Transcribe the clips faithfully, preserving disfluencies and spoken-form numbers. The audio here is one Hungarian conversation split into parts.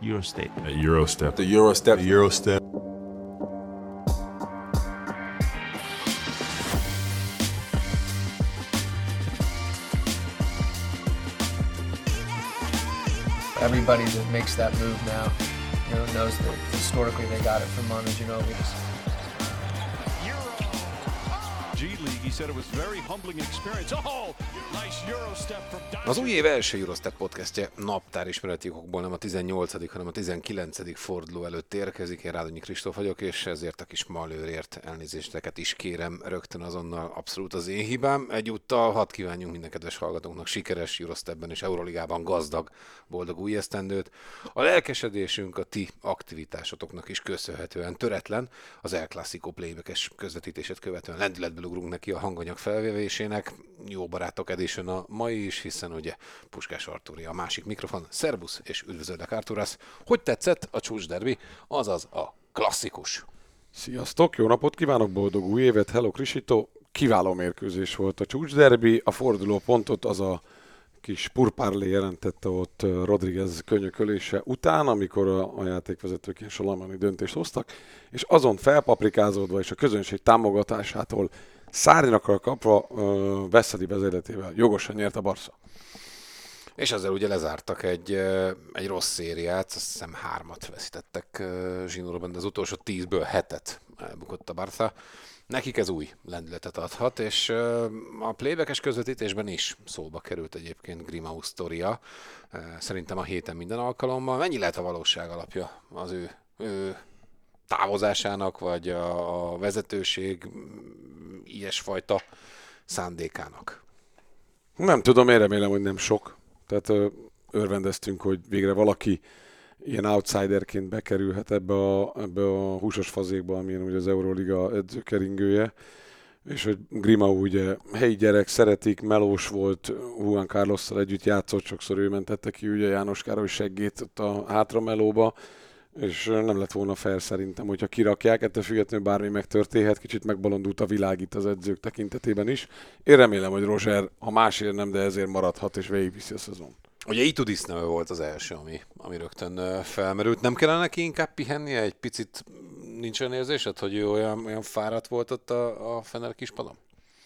Eurostep. A Eurostep. The Eurostep. The Eurostep. Everybody that makes that move now, you know, knows that historically they got it from Manu Ginobili. G League, he said it was very humbling experience. Oh, nice Eurostep from Dante. Az új év első Eurostep podcastje naptárismereti okokból nem a tizennyolcadik, hanem a tizenkilencedik forduló előtt érkezik. Én Rádonyi Kristóf vagyok, és ezért a kis malőrért elnézésteket is kérem rögtön azonnal, abszolút az én hibám. Egyúttal hadd kívánjunk minden kedves hallgatónknak sikeres Eurostepben és Euroligában gazdag, boldog új esztendőt. A lelkesedésünk a ti aktivitásotoknak is köszönhetően töretlen, az El Clasico playback-es közvetítését követően lendületből ugrunk neki a hanganyag felvévésének. Jó barátok edition a mai is, hiszen ugye Puskás Artúri a másik mikrofon. Szerbusz és üdvözöllek, Artúrász! Hogy tetszett a csúcsderbi, azaz a klasszikus? Sziasztok, jó napot kívánok, boldog új évet, hello Krisito! Kiváló mérkőzés volt a csúcsderbi, a forduló pontot az a kis purpárlé jelentette ott Rodriguez könyökölése után, amikor a, a játékvezetők ilyen salamani döntést hoztak, és azon felpaprikázódva és a közönség támogatásától szárnyakra kapva uh, Veszeli vezérletével jogosan nyert a Barca. És ezzel ugye lezártak egy, egy rossz szériát, azt hiszem hármat veszítettek zsinórban, de az utolsó tízből hetet elbukott a Barca. Nekik ez új lendületet adhat, és a playback-es közvetítésben is szóba került egyébként Grimau sztoria. Szerintem a héten minden alkalommal. Mennyi lehet a valóság alapja az ő, ő távozásának, vagy a, a vezetőség ilyesfajta szándékának? Nem tudom, én remélem, hogy nem sok. Tehát ö, örvendeztünk, hogy végre valaki ilyen outsiderként bekerülhet ebbe a, ebbe a húsos fazékba, amilyen ugye az Euroliga edzőkeringője. És hogy Grimau ugye helyi gyerek, szeretik, melós volt, Juan Carlosszal együtt játszott, sokszor ő mentette ki ugye János Károly seggét ott a hátramelóba, és nem lett volna fair szerintem, hogyha kirakják, ettől függetlenül bármi megtörténhet, kicsit megbolondult a világ itt az edzők tekintetében is. Én remélem, hogy Roger, ha másért nem, de ezért maradhat és végigviszi a szezon. Ugye Itudis neve volt az első, ami, ami rögtön felmerült. Nem kellene neki inkább pihennie? Egy picit nincs olyan érzésed, hogy ő olyan, olyan fáradt volt ott a, a Fener kispadon?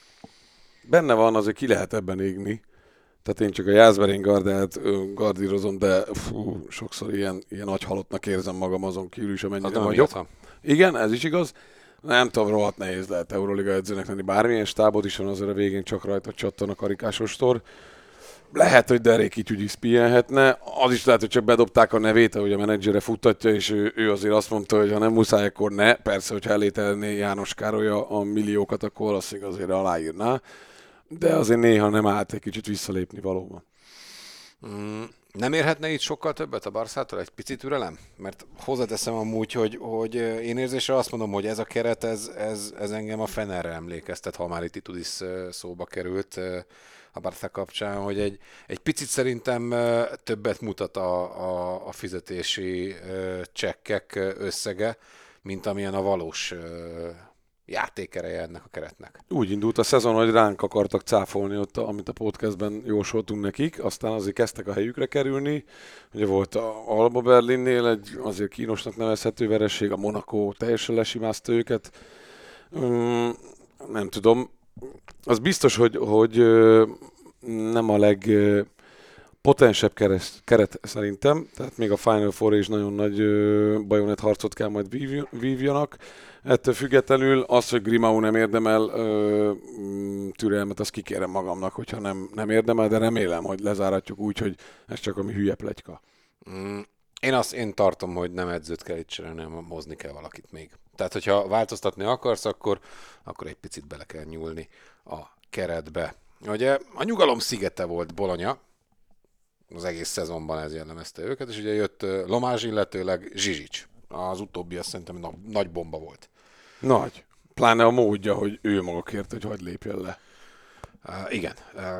Benne van, azért ki lehet ebben égni. Tehát én csak a Jászberény gardát gardírozom, de fú, sokszor ilyen, ilyen agyhalottnak érzem magam azon kívül is, amennyire vagyok. Igen, ez is igaz. Nem tudom, rohadt nehéz lehet Euroliga edzőnek lenni. Bármilyen stábod is van, azért a végén csak rajta csattan a karikásostor. Lehet, hogy Derek Itudis pihenhetne. Az is lehet, hogy csak bedobták a nevét, ahogy a menedzsere futtatja, és ő, ő azért azt mondta, hogy ha nem muszáj, akkor ne. Persze, hogyha elételné János Károly a, a milliókat, akkor valószínűleg azért aláírná. De azért néha nem állt egy kicsit visszalépni valóban. Mm, nem érhetne itt sokkal többet a Barszától? Egy picit türelem? Mert hozzáteszem amúgy, hogy, hogy én érzésre azt mondom, hogy ez a keret, ez, ez, ez engem a Fenerre emlékeztet, ha már itt Itudis szóba került a Barca kapcsán, hogy egy, egy picit szerintem többet mutat a, a, a fizetési csekkek összege, mint amilyen a valós játékereje ennek a keretnek. Úgy indult a szezon, hogy ránk akartak cáfolni ott, amit a podcastben jósoltunk nekik, aztán azért kezdtek a helyükre kerülni. Ugye volt a Alba Berlinnél egy azért kínosnak nevezhető vereség, a Monaco teljesen lesimázta őket. Um, nem tudom. Az biztos, hogy, hogy nem a legpotensebb keret, keret szerintem, tehát még a Final Four is nagyon nagy bajonet harcot kell majd vívjanak. Ettől függetlenül az, hogy Grimau nem érdemel ö, türelmet, azt kikérem magamnak, hogyha nem, nem érdemel, de remélem, hogy lezáratjuk úgy, hogy ez csak a mi hülye pletyka. Mm, én azt én tartom, hogy nem edzőt kell itt csinálni, hanem hozni kell valakit még. Tehát, hogyha változtatni akarsz, akkor, akkor egy picit bele kell nyúlni a keretbe. Ugye a nyugalom szigete volt Bologna, az egész szezonban ez jellemezte őket, és ugye jött Lomázs, illetőleg Zsizsics. Az utóbbi azt szerintem na, nagy bomba volt. Nagy. Pláne a módja, hogy ő maga kérte, hogy hagyd lépjen le. Uh, igen.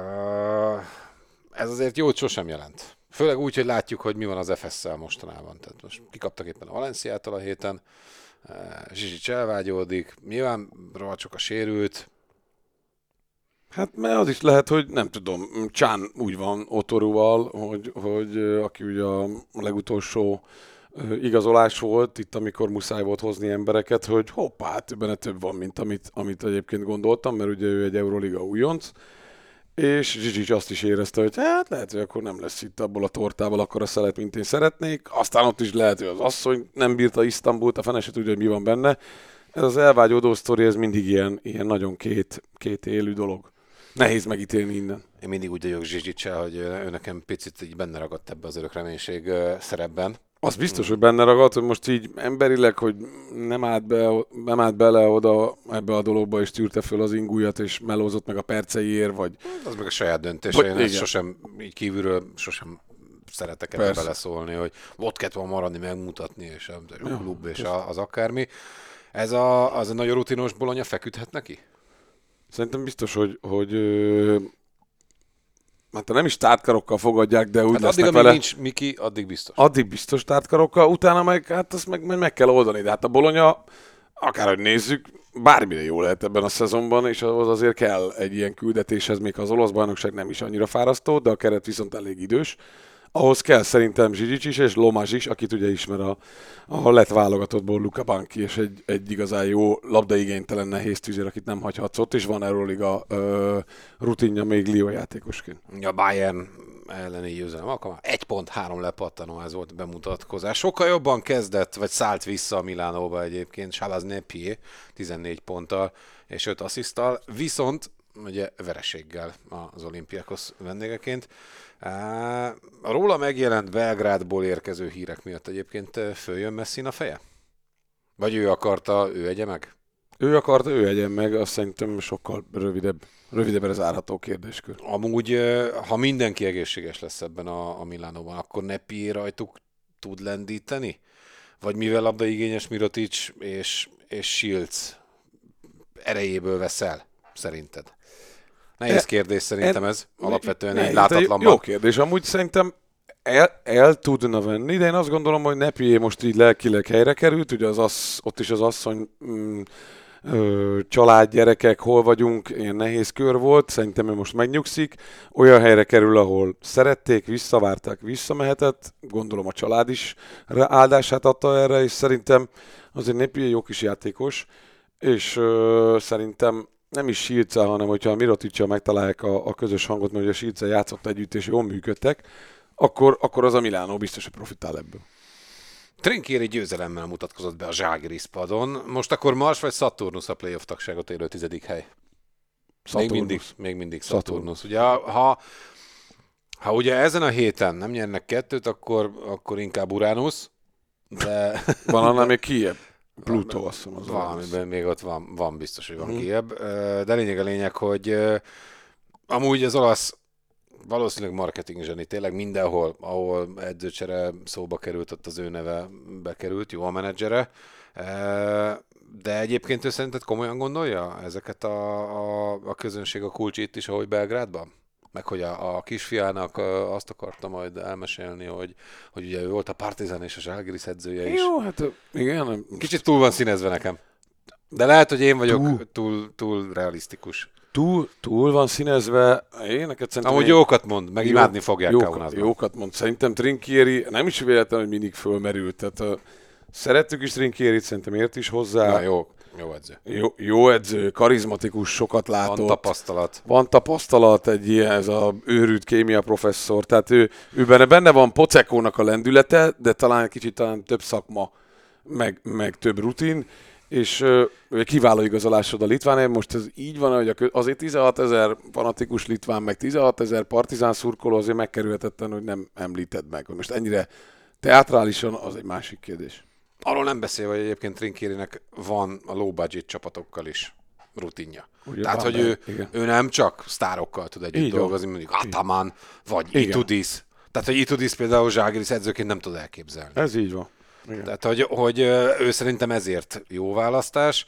Uh, ez azért jót sosem jelent. Főleg úgy, hogy látjuk, hogy mi van az ef es-szel mostanában. Tehát most kikaptak éppen a Valenciától a héten. Uh, Zsizsics elvágyódik. Nyilván rohadt sok a sérült. Hát mert az is lehet, hogy nem tudom, Csán úgy van Otoruval, hogy, hogy aki ugye a legutolsó igazolás volt, itt amikor muszáj volt hozni embereket, hogy hoppá, hát benne több van, mint amit, amit egyébként gondoltam, mert ugye ő egy Euroliga újonc, és Zsizsics azt is érezte, hogy hát lehet, hogy akkor nem lesz itt abból a tortával akkor a szelet, mint én szeretnék, aztán ott is lehet, hogy az asszony nem bírta Isztambult, a fene se tudja, hogy mi van benne. Ez az elvágyódó sztori, ez mindig ilyen, ilyen nagyon két, két élő dolog. Nehéz megítélni innen. Én mindig úgy vagyok Zsizsicsel, hogy ő nekem picit így benne ragadt ebbe az örökreménység szerepben. Az biztos, hogy benne ragadt, hogy most így emberileg, hogy nem állt, be, nem állt bele oda ebbe a dologba, és tűrte föl az ingújat, és melózott meg a perceiért, vagy... Az meg a saját döntés. Vagy, Én igen. ezt sosem, így kívülről sosem szeretek ebbe Persze. beleszólni, hogy ott kellett volna maradni, megmutatni, és a, a Ja, klub, és a, az akármi. Ez a, az a nagyon rutinos Bologna feküdhet neki? Szerintem biztos, hogy, hogy ö, hát nem is tártkarokkal fogadják, de úgy Hát lesznek addig, amíg vele. nincs Miki, addig biztos. Addig biztos tártkarokkal, utána meg, hát azt meg, meg, meg kell oldani. De hát a Bologna, akárhogy nézzük, bármire jó lehet ebben a szezonban, és ahhoz azért kell egy ilyen küldetéshez, még az olasz bajnokság nem is annyira fárasztó, de a keret viszont elég idős. Ahhoz kell szerintem Zsizsics is, és Lomás is, akit ugye ismer a, a lett válogatottból Luka Banki, és egy, egy igazán jó labdaigénytelen nehéz tűzér, akit nem hagyhatsz ott, és van Euroliga ö, rutinja még Lyon játékosként. A Bayern elleni győzelem alkalmával egy pont három lepattanó, ez volt a bemutatkozás. Sokkal jobban kezdett, vagy szállt vissza a Milánóba egyébként, Charles Napier tizennégy ponttal és öt assziszttal, viszont ugye vereséggel az Olympiakos vendégeként. A róla megjelent Belgrádból érkező hírek miatt egyébként följön Messin a feje? Vagy ő akarta, ő egye meg? Ő akarta, ő egyen meg, azt szerintem sokkal rövidebb, rövidebbre zárható kérdéskör. Amúgy, ha mindenki egészséges lesz ebben a, a Milánóban, akkor Napier rajtuk tud lendíteni? Vagy mivel labdaigényes Mirotic és, és Shields erejéből veszel, szerinted? Nehéz kérdés szerintem ez, alapvetően Ne, egy hát látatlanban. jó kérdés, amúgy szerintem el, el tudna venni, de én azt gondolom, hogy Napier most így lelkileg helyre került, ugye az assz, ott is az asszony mm, ö, család, gyerekek, hol vagyunk, ilyen nehéz kör volt, szerintem ő most megnyugszik, olyan helyre kerül, ahol szerették, visszavárták, visszamehetett, gondolom a család is áldását adta erre, és szerintem azért Napier jó kis játékos, és ö, szerintem nem is Shields-el, hanem hogyha a Mirotics-sal megtalálják a, a közös hangot, mert ugye a Shields-el játszott együtt, és jól működtek, akkor, akkor az a Milánó biztos, hogy profitál ebből. Trinkieri győzelemmel mutatkozott be a Žalgiris padon. Most akkor Mars vagy Saturnus a playoff tagságot érő tizedik hely? Még mindig, még mindig Saturnus. Ugye, ha, ha ugye ezen a héten nem nyernek kettőt, akkor, akkor inkább Uranus, de... Van annál még kijebb. Pluto, azt hiszem, az valamiben még ott van, van biztos, hogy van hmm. kijebb. De lényeg a lényeg, hogy amúgy az olasz valószínűleg marketing zseni, tényleg mindenhol, ahol edzőcsere szóba került, ott az ő neve bekerült, jó a menedzsere. De egyébként ő szerinted komolyan gondolja ezeket a, a, a közönség a kulcsit is, ahogy Belgrádban? Meg hogy a, a kisfiának azt akarta majd elmesélni, hogy, hogy ugye ő volt a Partizan és a Žalgiris edzője is. Jó, hát igen. Kicsit túl van színezve nekem. De lehet, hogy én vagyok túl, túl, túl realisztikus. Túl, túl van színezve. Én neked szerintem... Amúgy én... jókat mond, meg imádni fogják jókat, jókat mond. Szerintem Trinkieri nem is véletlen, hogy mindig fölmerült. Tehát uh, szerettük is Trinkierit, szerintem ért is hozzá. Na, jó. Jó edző. Jó, jó edző, karizmatikus, sokat látott. Van tapasztalat. Van tapasztalat, egy ilyen, ez a őrült kémia professzor. Tehát ő, ő benne, benne van Pocekónak a lendülete, de talán kicsit talán több szakma, meg, meg több rutin, és ő kiváló igazolásod a Litván. Most ez így van, hogy azért tizenhat ezer fanatikus litván, meg tizenhat ezer partizán szurkoló azért megkerülhetetlen, hogy nem említed meg. Most ennyire teátrálisan, az egy másik kérdés. Arról nem beszélve, hogy egyébként Trinkierinek van a low budget csapatokkal is rutinja. Ugye, tehát, hogy ő, ő nem csak sztárokkal tud együtt így dolgozni, van. Mondjuk Ataman, vagy igen. Itudis. Tehát, hogy Itudis például Žalgiris edzőként nem tud elképzelni. Ez így van. Igen. Tehát, hogy, hogy ő szerintem ezért jó választás,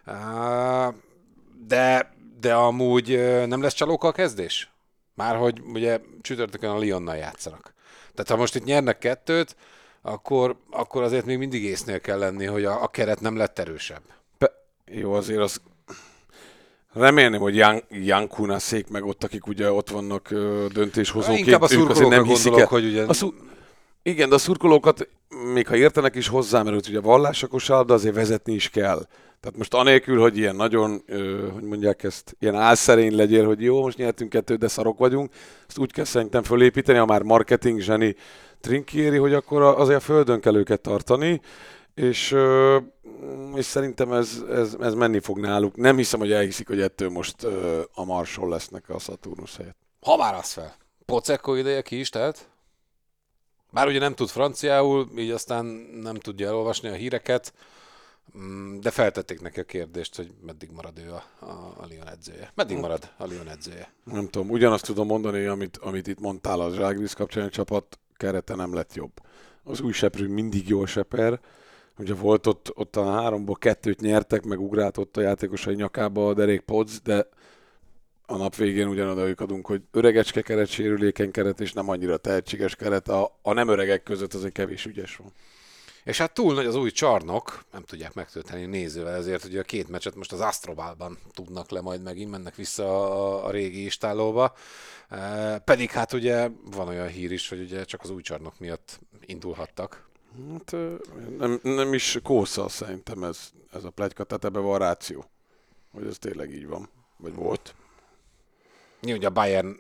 de, de amúgy nem lesz csalóka a kezdés? Márhogy ugye csütörtökön a Lyonnal játszanak. Tehát, ha most itt nyernek kettőt, Akkor, akkor azért még mindig észnél kell lenni, hogy a, a keret nem lett erősebb. Be, jó, azért az Remélném, hogy Jan, Jankuna szék meg ott, akik ugye ott vannak ö, döntéshozóként. Inkább a szurkolókra nem hiszik gondolok, el. hogy ugye... A szur... Igen, de a szurkolókat, még ha értenek is hozzá, mert ugye vallás a kosárlabda, azért vezetni is kell. Tehát most anélkül, hogy ilyen nagyon, ö, hogy mondják ezt, ilyen álszerény legyél, hogy jó, most nyertünk kettőt, de szarok vagyunk, ezt úgy kell szerintem fölépíteni, ha már marketing zseni Trinkieri, hogy akkor azért a földön kell őket tartani, és, ö, és szerintem ez, ez, ez menni fog náluk. Nem hiszem, hogy elhiszik, hogy ettől most ö, a Marson lesznek a Saturnus helyett. Ha már az fel. Pocekko ideje ki is telt? Bár ugye nem tud franciául, így aztán nem tudja elolvasni a híreket, de feltették neki a kérdést, hogy meddig marad ő a, a, a Lyon edzője. Meddig marad a Lyon edzője? Nem tudom, ugyanazt tudom mondani, amit, amit itt mondtál a Zságrisz kapcsán, a csapat kerete nem lett jobb. Az új seprő mindig jól seper, ugye volt ott, ott a háromból kettőt nyertek, meg ugrált ott a játékosai nyakába a derék Podz, de a nap végén ugyanoda adunk, hogy öregecske keret, sérülékeny keret, és nem annyira tehetséges keret. A, a nem öregek között azért kevés ügyes van. És hát túl nagy az új csarnok, nem tudják megtölteni nézővel, ezért ugye a két meccset most az Astrobálban tudnak le majd megint, mennek vissza a, a régi istállóba. E, pedig hát ugye van olyan hír is, hogy ugye csak az új csarnok miatt indulhattak. Hát nem, nem is kósza szerintem ez, ez a pletyka, tehát ebben van ráció, hogy ez tényleg így van, vagy volt. Ugye a Bayern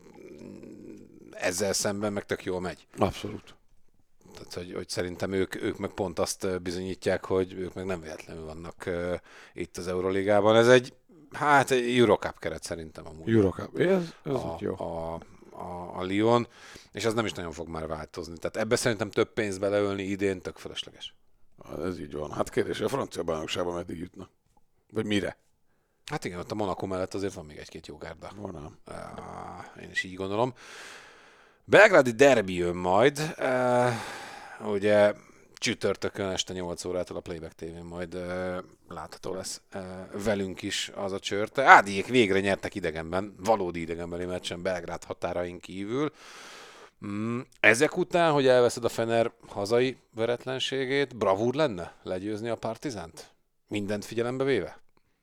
ezzel szemben meg tök jól megy. Abszolút. Tehát, hogy, hogy szerintem ők, ők meg pont azt bizonyítják, hogy ők meg nem véletlenül vannak uh, itt az Euroligában. Ez egy, hát egy Eurocup keret szerintem amúgy. Eurocup, ez, ez a, jó. A, a, a Lyon, és az nem is nagyon fog már változni. Tehát ebbe szerintem több pénzt beleölni idén tök felesleges. Ez így van. Hát kérdés, a francia bajnokságban meddig jutnak? Vagy mire? Hát igen, ott a Monaco mellett azért van még egy-két jó gárda. Van ám. Uh, én is így gondolom. Belgrádi derbi jön majd. Uh, ugye csütörtökön este nyolc órától a Playback tévén majd uh, látható lesz uh, velünk is az a csörte. Ádiék végre nyertek idegenben, valódi idegenbeli meccsen Belgrád határain kívül. Mm, ezek után, hogy elveszed a Fener hazai veretlenségét, bravúr lenne legyőzni a Partizánt? Mindent figyelembe véve?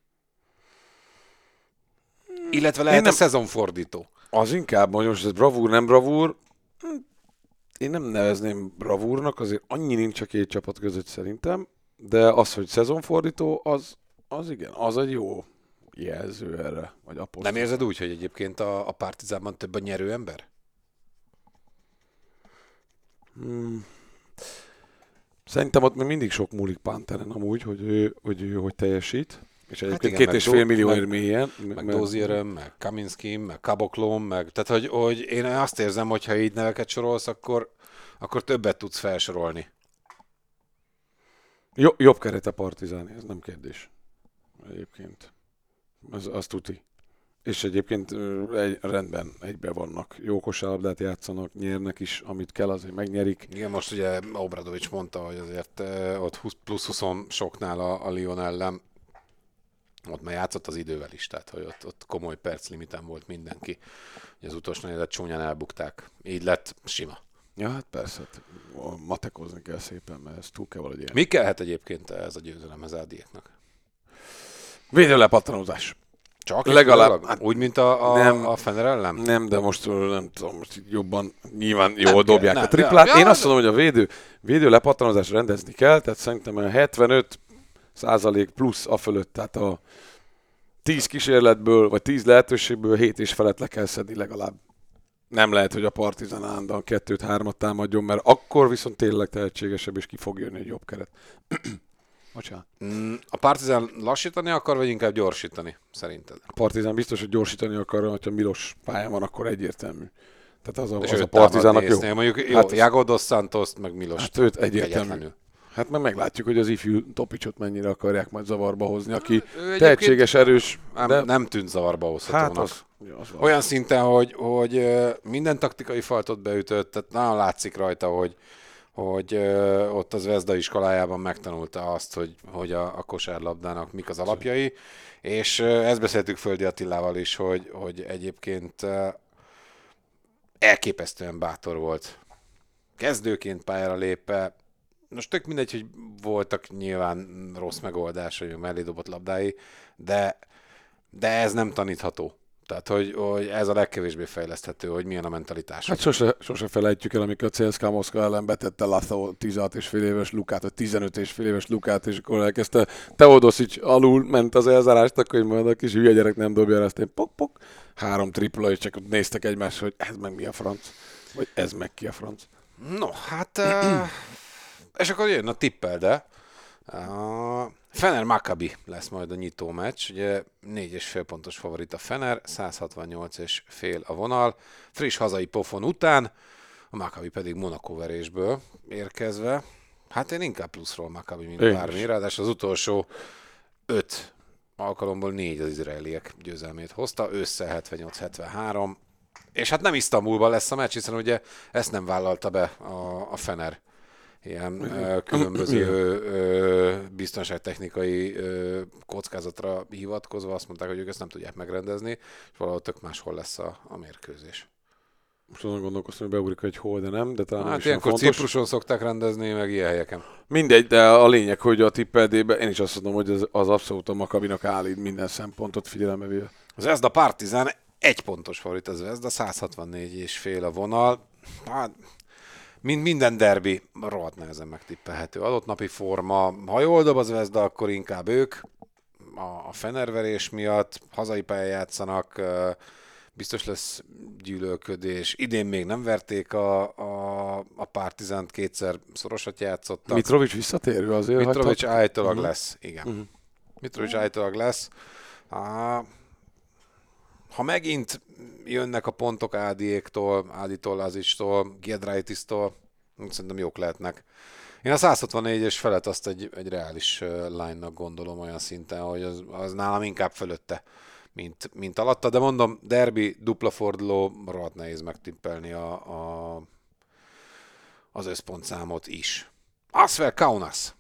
Illetve lehet nem... a szezonfordító? Az inkább, hogy most ez bravúr, nem bravúr. Én nem nevezném bravúrnak, azért annyi nincs a két csapat között szerintem, de az, hogy szezonfordító, az, az igen, az egy jó jelző erre. Vagy nem érzed úgy, hogy egyébként a, a Partizánban több a nyerő ember? Hmm. Szerintem ott még mindig sok múlik Panteren amúgy, hogy ő hogy, ő, hogy teljesít. És egyébként hát igen, két és fél millióért mélyen. Meg Dozierem, meg Kaminski, meg Kaboklón, meg... Tehát, hogy, hogy én azt érzem, hogy ha így neveket sorolsz, akkor, akkor többet tudsz felsorolni. Jobb, jobb keret a Partizán, ez nem kérdés. Egyébként. Az, az tuti. És egyébként egy, rendben egyben vannak. Jó kosárlabdát játszanak, nyernek is, amit kell, azért megnyerik. Igen, most ugye Obradovics mondta, hogy azért ott plusz húsz soknál a, a Lyon ellen ott már játszott az idővel is, tehát hogy ott, ott komoly perclimiten volt mindenki. Ugye az utolsó negyedet csúnyán elbukták. Így lett sima. Ja, hát persze, hát matekozni kell szépen, mert ez túl kell valahogy ilyen. Mi kellhet egyébként ez a győzelemhez Ádiéknak? Védőlepattanózás. Csak? Legalább. Hát, úgy, mint a, a, nem, a Fener ellen? Nem, de most nem tudom, most jobban nyilván jól nem dobják kell, a triplát. Ja, Én ja, azt mondom, hogy a védő, védő lepattanozás rendezni kell, tehát szerintem a hetvenöt százalék plusz a fölött, tehát a tíz kísérletből, vagy tíz lehetőségből hét és felett le kell szedni legalább. Nem lehet, hogy a Partizán állandóan kettőt-hármat támadjon, mert akkor viszont tényleg tehetségesebb, és ki fog jönni egy jobb keret. Bocsánat. A Partizán lassítani akar, vagy inkább gyorsítani, szerinted? A Partizán biztos, hogy gyorsítani akar, hogyha Milos pályán van, akkor egyértelmű. Tehát az a, az a Partizának jó. Mondjuk jó, hát Jago dos Santoszt, meg Milost. Hát őt egyértelmű. Hát meg meglátjuk, hogy az ifjú Topicsot mennyire akarják majd zavarba hozni, aki tehetséges, erős. Nem, de... nem tűnt zavarba hozhatónak. Hát az, az olyan szinten, hogy, hogy minden taktikai faltot beütött, tehát nagyon látszik rajta, hogy, hogy ott az Vezda iskolájában megtanulta azt, hogy, hogy a, a kosárlabdának mik az alapjai, és ezt beszéltük Földi Attilával is, hogy, hogy egyébként elképesztően bátor volt. Kezdőként pályára lépve, most tök mindegy, hogy voltak nyilván rossz megoldás, hogy mellé dobott labdái, de de ez nem tanítható. Tehát, hogy, hogy ez a legkevésbé fejleszthető, hogy milyen a mentalitás. Hát sose, sose felejtjük el, amikor a cé es ká Moszkva ellen betette Lazo tizenhat és fél éves Lukát, vagy tizenöt és fél éves Lukát, és akkor elkezdte Teodosic alul ment az elzárást, akkor hogy majd a kis hülye gyerek nem dobja el, aztán pok-pok, három tripla, és csak ott néztek egymást, hogy ez meg mi a franc, vagy ez meg ki a franc. No, hát, uh, és akkor jön a tippel, de uh, Fener Maccabi lesz majd a nyitó meccs, ugye négy és fél pontos favorit a Fener, száz hatvannyolc és fél a vonal, friss hazai pofon után, a Maccabi pedig Monaco verésből érkezve. Hát én inkább pluszról Maccabi, mint én bármi, ráadásul az utolsó öt alkalomból négy az izraeliek győzelmét hozta, ősszel hetvennyolc hetvenhárom, és hát nem Isztambulban lesz a meccs, hiszen ugye ezt nem vállalta be a, a Fener. Ilyen ö, különböző ö, biztonságtechnikai ö, kockázatra hivatkozva azt mondták, hogy ők ezt nem tudják megrendezni, és valahol tök máshol lesz a, a mérkőzés. Most azon gondolkoztam, hogy beugrik, hogy hol, de nem, de talán Hát is ilyenkor fontos. Cipruson szokták rendezni, meg ilyen helyeken. Mindegy, de a lényeg, hogy a tippeldében én is azt mondom, hogy az, az abszolút a Maccabinak állít minden szempontot figyelembe véve. Az Zvezda Partizán egy pontos favorit, az Zvezda száz hatvannégy és fél a vonal. Hát, mint minden derbi, rohadt nehezen megtippelhető. Adott napi forma, ha jól dob az Zvezda, akkor inkább ők. A, a Fenerverés miatt hazai pályán játszanak, biztos lesz gyűlölködés. Idén még nem verték a, a, a Partizánt, kétszer szorosat játszottak. Mitrovic visszatérő azért. Mitrovic hagyhat... állítólag uh-huh. lesz, igen. Uh-huh. Mitrovic állítólag lesz. Ah, ha megint jönnek a pontok Ádiéktól, Áditól, Lazicstól, Giedraitistól, szerintem jók lehetnek. Én a száz hatvannégy és felett azt egy, egy reális line-nak gondolom olyan szinten, hogy az, az nálam inkább fölötte, mint, mint alatta, de mondom, derbi, dupla forduló, rohadt nehéz megtippelni a, a, az összpontszámot is. Asfer Kaunas.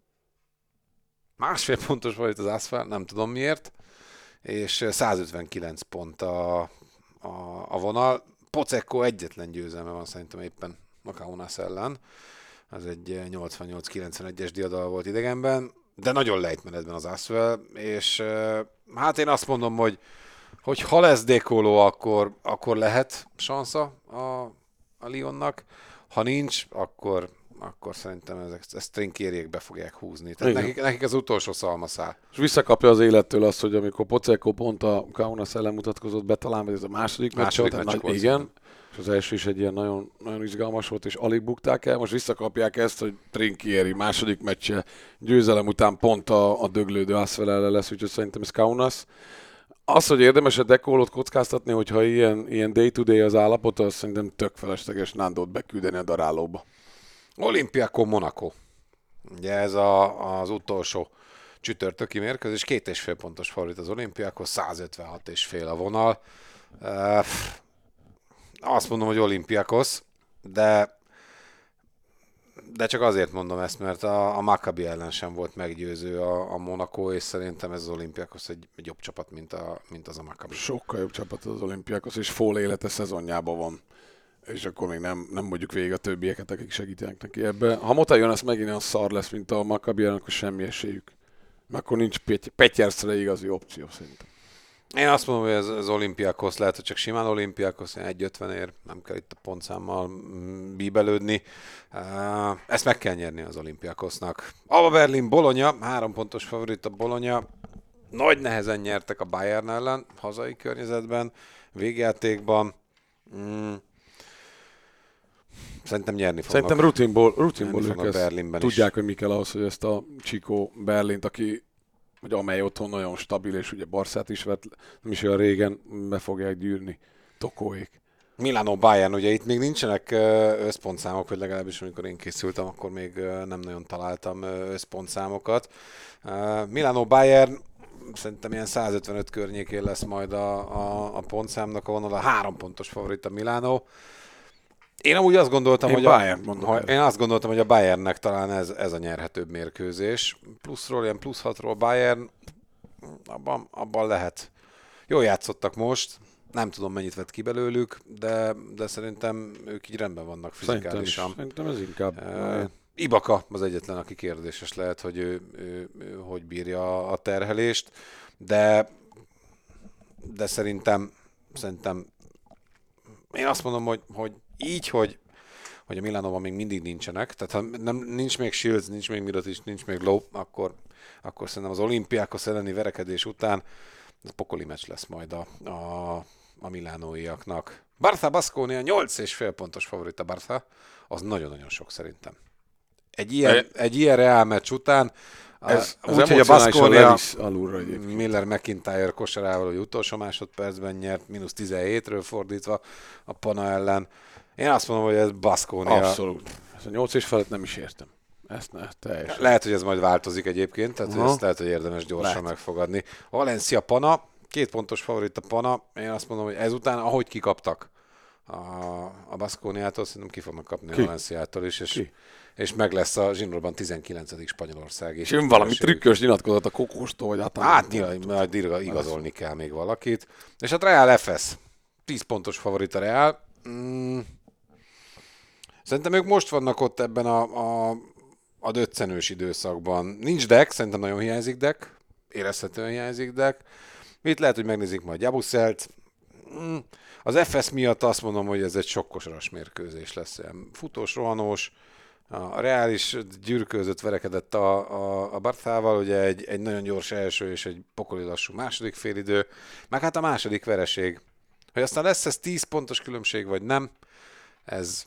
Másfél pontos volt az Asfer, nem tudom miért, és száz ötvenkilenc pont a, a, a vonal. Pocekko egyetlen győzelme van szerintem éppen a Kaunas ellen. Az egy nyolcvannyolc kilencvenegyes diadal volt idegenben, de nagyon lejtmenetben az Asfer, és hát én azt mondom, hogy, hogy ha lesz dékoló, akkor, akkor lehet sansza a, a Lyonnak, ha nincs, akkor, akkor szerintem ezek, ezt Trinkériek be fogják húzni. Tehát nekik, nekik az utolsó szalmaszál. És visszakapja az élettől azt, hogy amikor Pocekko pont a Kaunas ellen mutatkozott be, talán ez a második, második meccs, meccs nagy, igen, és az első is egy ilyen nagyon, nagyon izgalmas volt, és alig bukták el. Most visszakapják ezt, hogy Trinkieri második meccse győzelem után pont a, a döglődő Asfer ellen lesz, úgyhogy szerintem ez Kaunas. Az, hogy érdemes a dekólót kockáztatni, hogyha ilyen, ilyen day-to-day az állapot, az szerintem tök felesleges Nándót beküldeni a darálóba. Olympiakó Monaco. Ugye ez a, az utolsó csütörtöki mérkőzés, két és fél pontos favorit az Olympiakó, száz ötvenhat és fél a vonal. Uh, azt mondom, hogy Olympiakos, de de csak azért mondom ezt, mert a, a Maccabi ellen sem volt meggyőző a, a Monaco, és szerintem ez az Olympiakos egy, egy jobb csapat, mint, a, mint az a Maccabi. Sokkal jobb csapat az Olympiakos, és full élete szezonjában van. És akkor még nem, nem mondjuk végig a többieket, akik segítenek neki ebbe. Ha Mota jön, az megint olyan szar lesz, mint a Maccabi ellen, akkor semmi esélyük. Mert akkor nincs Petyerszre igazi opció szerintem. Én azt mondom, hogy ez az Olympiakos lehet, hogy csak simán Olympiakos, egy ötvenért, nem kell itt a pontszámmal bíbelődni. Ezt meg kell nyerni az Olympiakosnak. Alba Berlin, Bologna, három pontos favorit a Bologna. Nagy nehezen nyertek a Bayern ellen, hazai környezetben, végjátékban. Mm. Szerintem nyerni fognak. Szerintem rutinból, rutinból nyerni ők fognak ezt Berlinben tudják, is. hogy mi kell ahhoz, hogy ezt a Chico Berlint, aki, vagy amely otthon nagyon stabil, és ugye Barszát is vett, nem is olyan régen, be fogják gyűrni Tokóék. Milano Bayern, ugye itt még nincsenek összpontszámok, vagy legalábbis amikor én készültem, akkor még nem nagyon találtam összpontszámokat. Milano Bayern szerintem ilyen száz ötvenöt környékén lesz majd a, a, a pontszámnak a vonal, a három pontos favorit a Milano. Én amúgy azt gondoltam, én hogy Bayern a, ha, én azt gondoltam, hogy a Bayernnek talán ez, ez a nyerhetőbb mérkőzés. Pluszról, ilyen plusz hatról Bayern, abban, abban lehet. Jól játszottak most, nem tudom mennyit vett ki belőlük, de, de szerintem ők így rendben vannak fizikálisan. Szerintem, szerintem ez inkább... Uh, Ibaka az egyetlen, aki kérdéses lehet, hogy ő, ő, ő hogy bírja a terhelést, de de szerintem, szerintem én azt mondom, hogy, hogy így, hogy, hogy a Milánóban még mindig nincsenek, tehát ha nem, nincs még Shields, nincs még Mirotic, nincs még Lowe, akkor, akkor szerintem az Olympiákos elleni verekedés után ez pokoli meccs lesz majd a, a, a milánóiaknak. Barça Baskonia nyolc és fél pontos favorit a Barça, az nagyon-nagyon sok szerintem. Egy ilyen, egy ilyen Real meccs után, ez, úgy, hogy a Baskonia alulra egyébként. Miller McIntyre kosarával, hogy utolsó másodpercben nyert, mínusz tizenhétről fordítva a Pana ellen. Én azt mondom, hogy ez Baskonia. Abszolút. Ezt a nyolc és felett nem is értem. Ezt ne, teljesen. Lehet, hogy ez majd változik egyébként, tehát uh-huh. ezt lehet, hogy érdemes gyorsan lehet. megfogadni. A Valencia Pana, két pontos favorit a Pana, én azt mondom, hogy ezután, ahogy kikaptak a, a Baskoniától, szerintem ki fognak kapni ki? A Valenciától is, és, és meg lesz a zsinórban tizenkilencedik Spanyolország. És jön valami trükkös nyilatkozat a Kokóstól, vagy hát... Hát majd igazolni kell még valakit. És a Real ef es, tíz pontos favorit a Real. Mm. Szerintem ők most vannak ott ebben a, a, a döccenős időszakban. Nincs deck, szerintem nagyon hiányzik deck. Érezhetően hiányzik deck. Itt lehet, hogy megnézik majd Jabuszelt. Mm. Az ef es miatt azt mondom, hogy ez egy sokkosaras mérkőzés lesz. Futós, rohanós. A Real is gyűrkőzött, verekedett a, a, a Barszával, ugye egy, egy nagyon gyors első és egy pokoli lassú második félidő. Meg hát a második vereség. Hogy aztán lesz ez tíz pontos különbség, vagy nem, ez...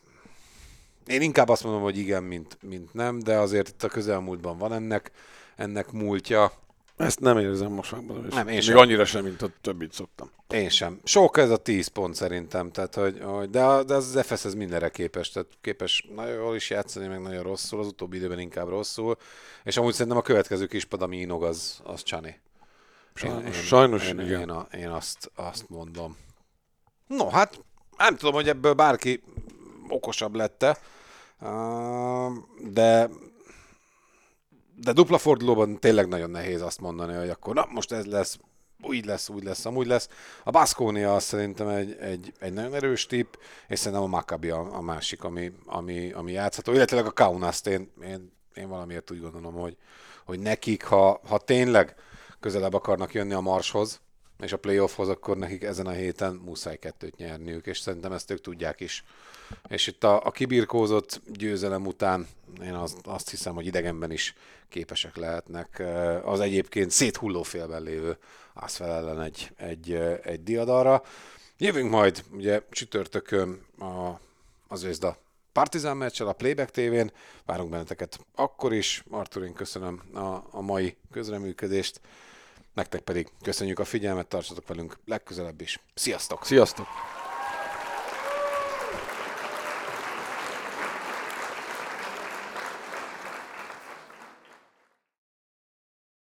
Én inkább azt mondom, hogy igen, mint, mint nem, de azért itt a közelmúltban van ennek, ennek múltja. Ezt nem érzem mosakban. Nem, én még sem. Annyira sem, mint a többit szoktam. Én sem. Sok ez a tíz pont szerintem, tehát, hogy, hogy, de, a, de az ef es ez mindenre képes, tehát képes nagyon jól is játszani, meg nagyon rosszul, az utóbbi időben inkább rosszul, és amúgy szerintem a következő kispad, ami inog, az, az Csani. Sajnos, én, sajnos én, igen. Én, a, én azt, azt mondom. No, hát nem tudom, hogy ebből bárki okosabb lette, de de dupla fordulóban tényleg nagyon nehéz azt mondani, hogy akkor na, most ez lesz, úgy lesz, úgy lesz, amúgy lesz. A Baskonia az szerintem egy, egy, egy nagyon erős tipp, és szerintem a Maccabi a, a másik, ami, ami, ami játszható, illetve a Kaunaszt, én, én, én valamiért úgy gondolom, hogy, hogy nekik, ha, ha tényleg közelebb akarnak jönni a marshoz, és a playoffhoz, akkor nekik ezen a héten muszáj kettőt nyerniük, és szerintem ezt ők tudják is. És itt a, a kibirkózott győzelem után én azt, azt hiszem, hogy idegenben is képesek lehetnek az egyébként széthulló félben lévő Asvel ellen egy, egy, egy diadalra. Jövünk majd ugye csütörtökön a, az Zvezda Partizán meccsel a Playback tévén. Várunk benneteket akkor is. Artur, én köszönöm a, a mai közreműködést. Nektek pedig köszönjük a figyelmet, tartsatok velünk legközelebb is. Sziasztok! Sziasztok!